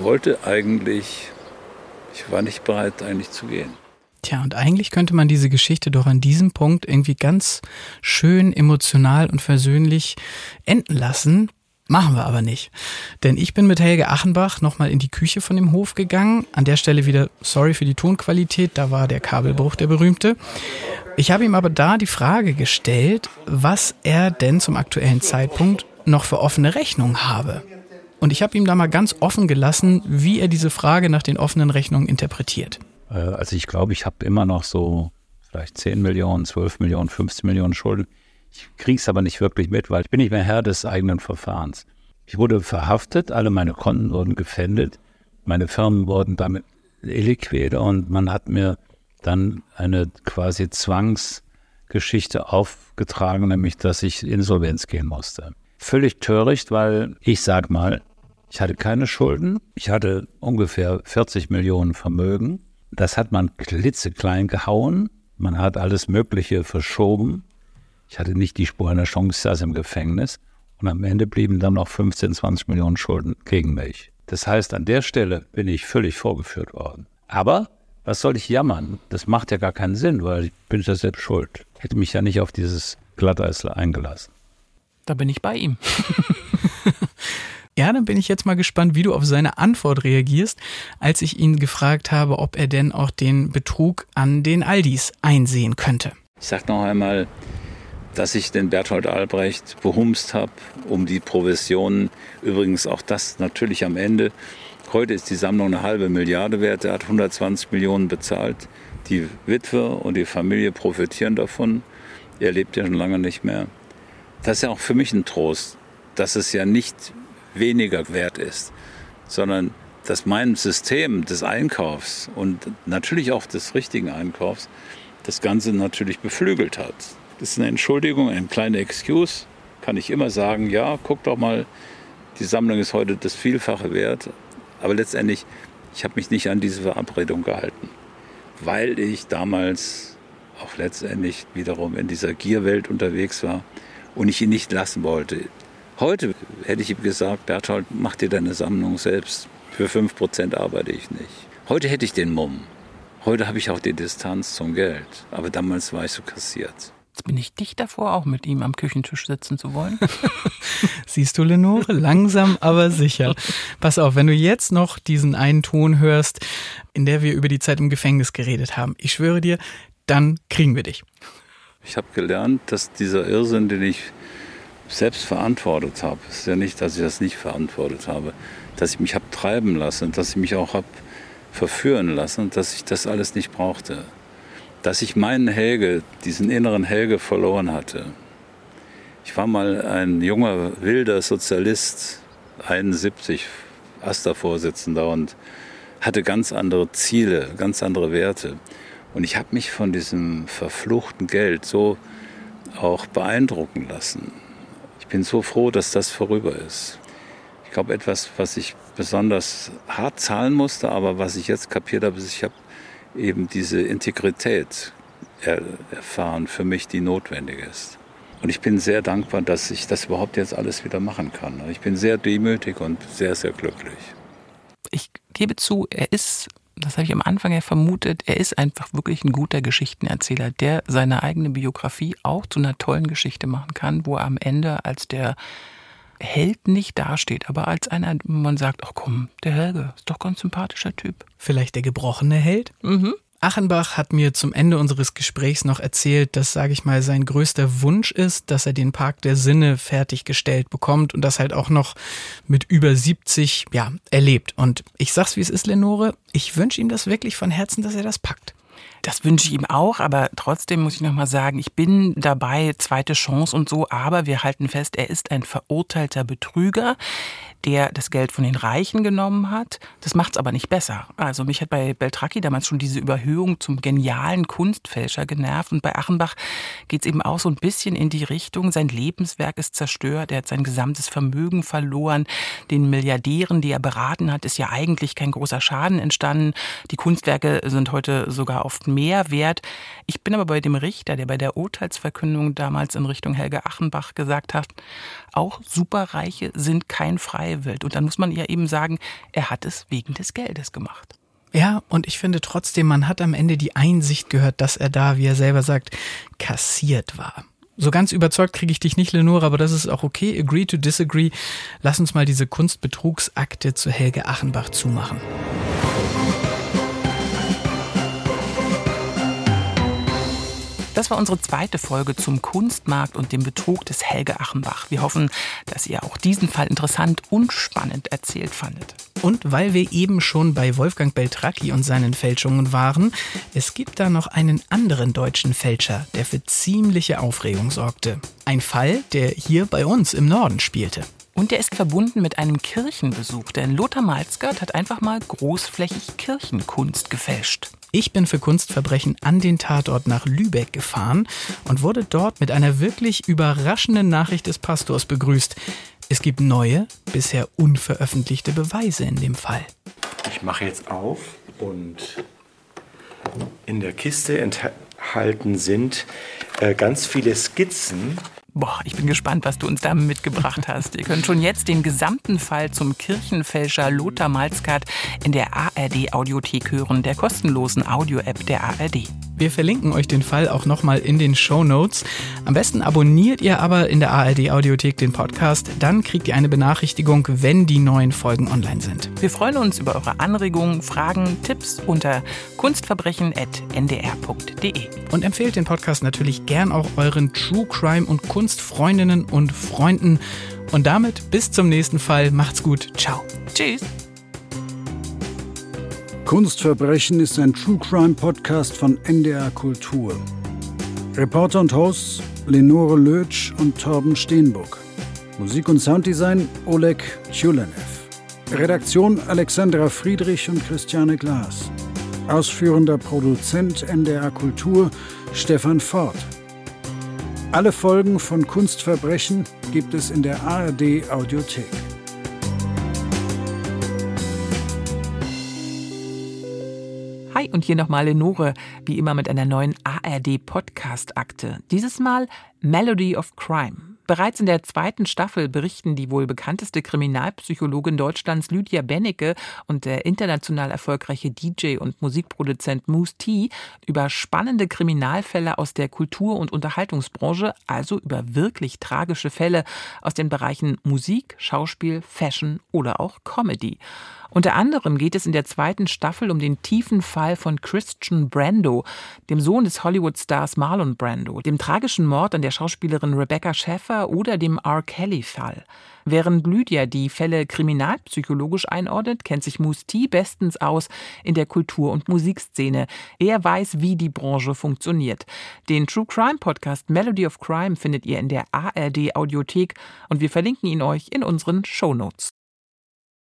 war nicht bereit, eigentlich zu gehen.
Tja, und eigentlich könnte man diese Geschichte doch an diesem Punkt irgendwie ganz schön emotional und versöhnlich enden lassen. Machen wir aber nicht. Denn ich bin mit Helge Achenbach nochmal in die Küche von dem Hof gegangen. An der Stelle wieder sorry für die Tonqualität, da war der Kabelbruch der berühmte. Ich habe ihm aber da die Frage gestellt, was er denn zum aktuellen Zeitpunkt noch für offene Rechnungen habe. Und ich habe ihm da mal ganz offen gelassen, wie er diese Frage nach den offenen Rechnungen interpretiert.
Also ich glaube, ich habe immer noch so vielleicht 10 Millionen, 12 Millionen, 15 Millionen Schulden. Ich kriege es aber nicht wirklich mit, weil ich bin nicht mehr Herr des eigenen Verfahrens. Ich wurde verhaftet, alle meine Konten wurden gefändet, meine Firmen wurden damit illiquide und man hat mir dann eine quasi Zwangsgeschichte aufgetragen, nämlich dass ich Insolvenz gehen musste. Völlig töricht, weil ich sag mal, ich hatte keine Schulden, ich hatte ungefähr 40 Millionen Vermögen. Das hat man klitzeklein gehauen, man hat alles Mögliche verschoben. Ich hatte nicht die Spur einer Chance, ich saß im Gefängnis und am Ende blieben dann noch 15, 20 Millionen Schulden gegen mich. Das heißt, an der Stelle bin ich völlig vorgeführt worden. Aber was soll ich jammern? Das macht ja gar keinen Sinn, weil ich bin ja selbst schuld. Hätte mich ja nicht auf dieses Glatteis eingelassen.
Da bin ich bei ihm.
Ja, dann bin ich jetzt mal gespannt, wie du auf seine Antwort reagierst, als ich ihn gefragt habe, ob er denn auch den Betrug an den Aldis einsehen könnte.
Ich sag noch einmal, dass ich den Bertolt Albrecht behumst habe um die Provisionen. Übrigens auch das natürlich am Ende. Heute ist die Sammlung 1,5 Milliarde wert. Er hat 120 Millionen bezahlt. Die Witwe und die Familie profitieren davon. Er lebt ja schon lange nicht mehr. Das ist ja auch für mich ein Trost, dass es ja nicht weniger wert ist, sondern dass mein System des Einkaufs und natürlich auch des richtigen Einkaufs das Ganze natürlich beflügelt hat. Das ist eine Entschuldigung, eine kleine Excuse. Kann ich immer sagen, ja, guck doch mal, die Sammlung ist heute das Vielfache wert. Aber letztendlich, ich habe mich nicht an diese Verabredung gehalten, weil ich damals auch letztendlich wiederum in dieser Gierwelt unterwegs war und ich ihn nicht lassen wollte. Heute hätte ich ihm gesagt, Berthold, mach dir deine Sammlung selbst. Für 5% arbeite ich nicht. Heute hätte ich den Mumm. Heute habe ich auch die Distanz zum Geld. Aber damals war ich so kassiert.
Jetzt bin ich dicht davor, auch mit ihm am Küchentisch sitzen zu wollen.
Siehst du, Lenore, langsam aber sicher. Pass auf, wenn du jetzt noch diesen einen Ton hörst, in der wir über die Zeit im Gefängnis geredet haben, ich schwöre dir, dann kriegen wir dich.
Ich habe gelernt, dass dieser Irrsinn, den ich selbst verantwortet habe, es ist ja nicht, dass ich das nicht verantwortet habe, dass ich mich habe treiben lassen, dass ich mich auch habe verführen lassen, dass ich das alles nicht brauchte. Dass ich meinen Helge, diesen inneren Helge verloren hatte. Ich war mal ein junger, wilder Sozialist, 71, AStA-Vorsitzender und hatte ganz andere Ziele, ganz andere Werte. Und ich habe mich von diesem verfluchten Geld so auch beeindrucken lassen. Ich bin so froh, dass das vorüber ist. Ich glaube, etwas, was ich besonders hart zahlen musste, aber was ich jetzt kapiert habe, ist, ich habe eben diese Integrität erfahren für mich, die notwendig ist. Und ich bin sehr dankbar, dass ich das überhaupt jetzt alles wieder machen kann. Ich bin sehr demütig und sehr, sehr glücklich.
Ich gebe zu, er ist, das habe ich am Anfang ja vermutet, er ist einfach wirklich ein guter Geschichtenerzähler, der seine eigene Biografie auch zu einer tollen Geschichte machen kann, wo er am Ende als der Held nicht dasteht, aber als einer, wo man sagt, ach komm, der Helge ist doch ganz sympathischer Typ.
Vielleicht der gebrochene Held?
Mhm.
Achenbach hat mir zum Ende unseres Gesprächs noch erzählt, dass, sage ich mal, sein größter Wunsch ist, dass er den Park der Sinne fertiggestellt bekommt und das halt auch noch mit über 70 erlebt. Und ich sag's, wie es ist, Lenore, ich wünsche ihm das wirklich von Herzen, dass er das packt.
Das wünsche ich ihm auch, aber trotzdem muss ich nochmal sagen, ich bin dabei, zweite Chance und so, aber wir halten fest, er ist ein verurteilter Betrüger, der das Geld von den Reichen genommen hat. Das macht's aber nicht besser. Also mich hat bei Beltracchi damals schon diese Überhöhung zum genialen Kunstfälscher genervt und bei Achenbach geht's eben auch so ein bisschen in die Richtung, sein Lebenswerk ist zerstört, er hat sein gesamtes Vermögen verloren, den Milliardären, die er beraten hat, ist ja eigentlich kein großer Schaden entstanden. Die Kunstwerke sind heute sogar oft mehr wert. Ich bin aber bei dem Richter, der bei der Urteilsverkündung damals in Richtung Helge Achenbach gesagt hat, auch Superreiche sind kein Freiwild. Und dann muss man ja eben sagen, er hat es wegen des Geldes gemacht.
Ja, und ich finde trotzdem, man hat am Ende die Einsicht gehört, dass er da, wie er selber sagt, kassiert war. So ganz überzeugt kriege ich dich nicht, Lenore, aber das ist auch okay. Agree to disagree. Lass uns mal diese Kunstbetrugsakte zu Helge Achenbach zumachen.
Das war unsere zweite Folge zum Kunstmarkt und dem Betrug des Helge Achenbach. Wir hoffen, dass ihr auch diesen Fall interessant und spannend erzählt fandet.
Und weil wir eben schon bei Wolfgang Beltracchi und seinen Fälschungen waren, es gibt da noch einen anderen deutschen Fälscher, der für ziemliche Aufregung sorgte. Ein Fall, der hier bei uns im Norden spielte.
Und der ist verbunden mit einem Kirchenbesuch, denn Lothar Malzgert hat einfach mal großflächig Kirchenkunst gefälscht.
Ich bin für Kunstverbrechen an den Tatort nach Lübeck gefahren und wurde dort mit einer wirklich überraschenden Nachricht des Pastors begrüßt. Es gibt neue, bisher unveröffentlichte Beweise in dem Fall.
Ich mache jetzt auf und in der Kiste enthalten sind ganz viele Skizzen.
Boah, ich bin gespannt, was du uns da mitgebracht hast. Ihr könnt schon jetzt den gesamten Fall zum Kirchenfälscher Lothar Malzgert in der ARD-Audiothek hören, der kostenlosen Audio-App der ARD.
Wir verlinken euch den Fall auch nochmal in den Shownotes. Am besten abonniert ihr aber in der ARD-Audiothek den Podcast. Dann kriegt ihr eine Benachrichtigung, wenn die neuen Folgen online sind.
Wir freuen uns über eure Anregungen, Fragen, Tipps unter kunstverbrechen@ndr.de.
Und empfehlt den Podcast natürlich gern auch euren True Crime und Kunstfreundinnen und Freunden. Und damit bis zum nächsten Fall. Macht's gut. Ciao.
Tschüss.
Kunstverbrechen ist ein True-Crime-Podcast von NDR Kultur. Reporter und Hosts Lenore Lötsch und Torben Steenbuck. Musik und Sounddesign Oleg Tjulenev. Redaktion Alexandra Friedrich und Christiane Glas. Ausführender Produzent NDR Kultur Stefan Ford. Alle Folgen von Kunstverbrechen gibt es in der ARD Audiothek.
Hi Und hier nochmal Lenore, wie immer mit einer neuen ARD-Podcast-Akte. Dieses Mal Melody of Crime. Bereits in der 2. Staffel berichten die wohl bekannteste Kriminalpsychologin Deutschlands Lydia Bennecke und der international erfolgreiche DJ und Musikproduzent Mousse T über spannende Kriminalfälle aus der Kultur- und Unterhaltungsbranche, also über wirklich tragische Fälle aus den Bereichen Musik, Schauspiel, Fashion oder auch Comedy. Unter anderem geht es in der 2. Staffel um den tiefen Fall von Christian Brando, dem Sohn des Hollywood-Stars Marlon Brando, dem tragischen Mord an der Schauspielerin Rebecca Schäfer oder dem R. Kelly-Fall. Während Lydia die Fälle kriminalpsychologisch einordnet, kennt sich Mousse T bestens aus in der Kultur- und Musikszene. Er weiß, wie die Branche funktioniert. Den True Crime Podcast Melody of Crime findet ihr in der ARD Audiothek und wir verlinken ihn euch in unseren Shownotes.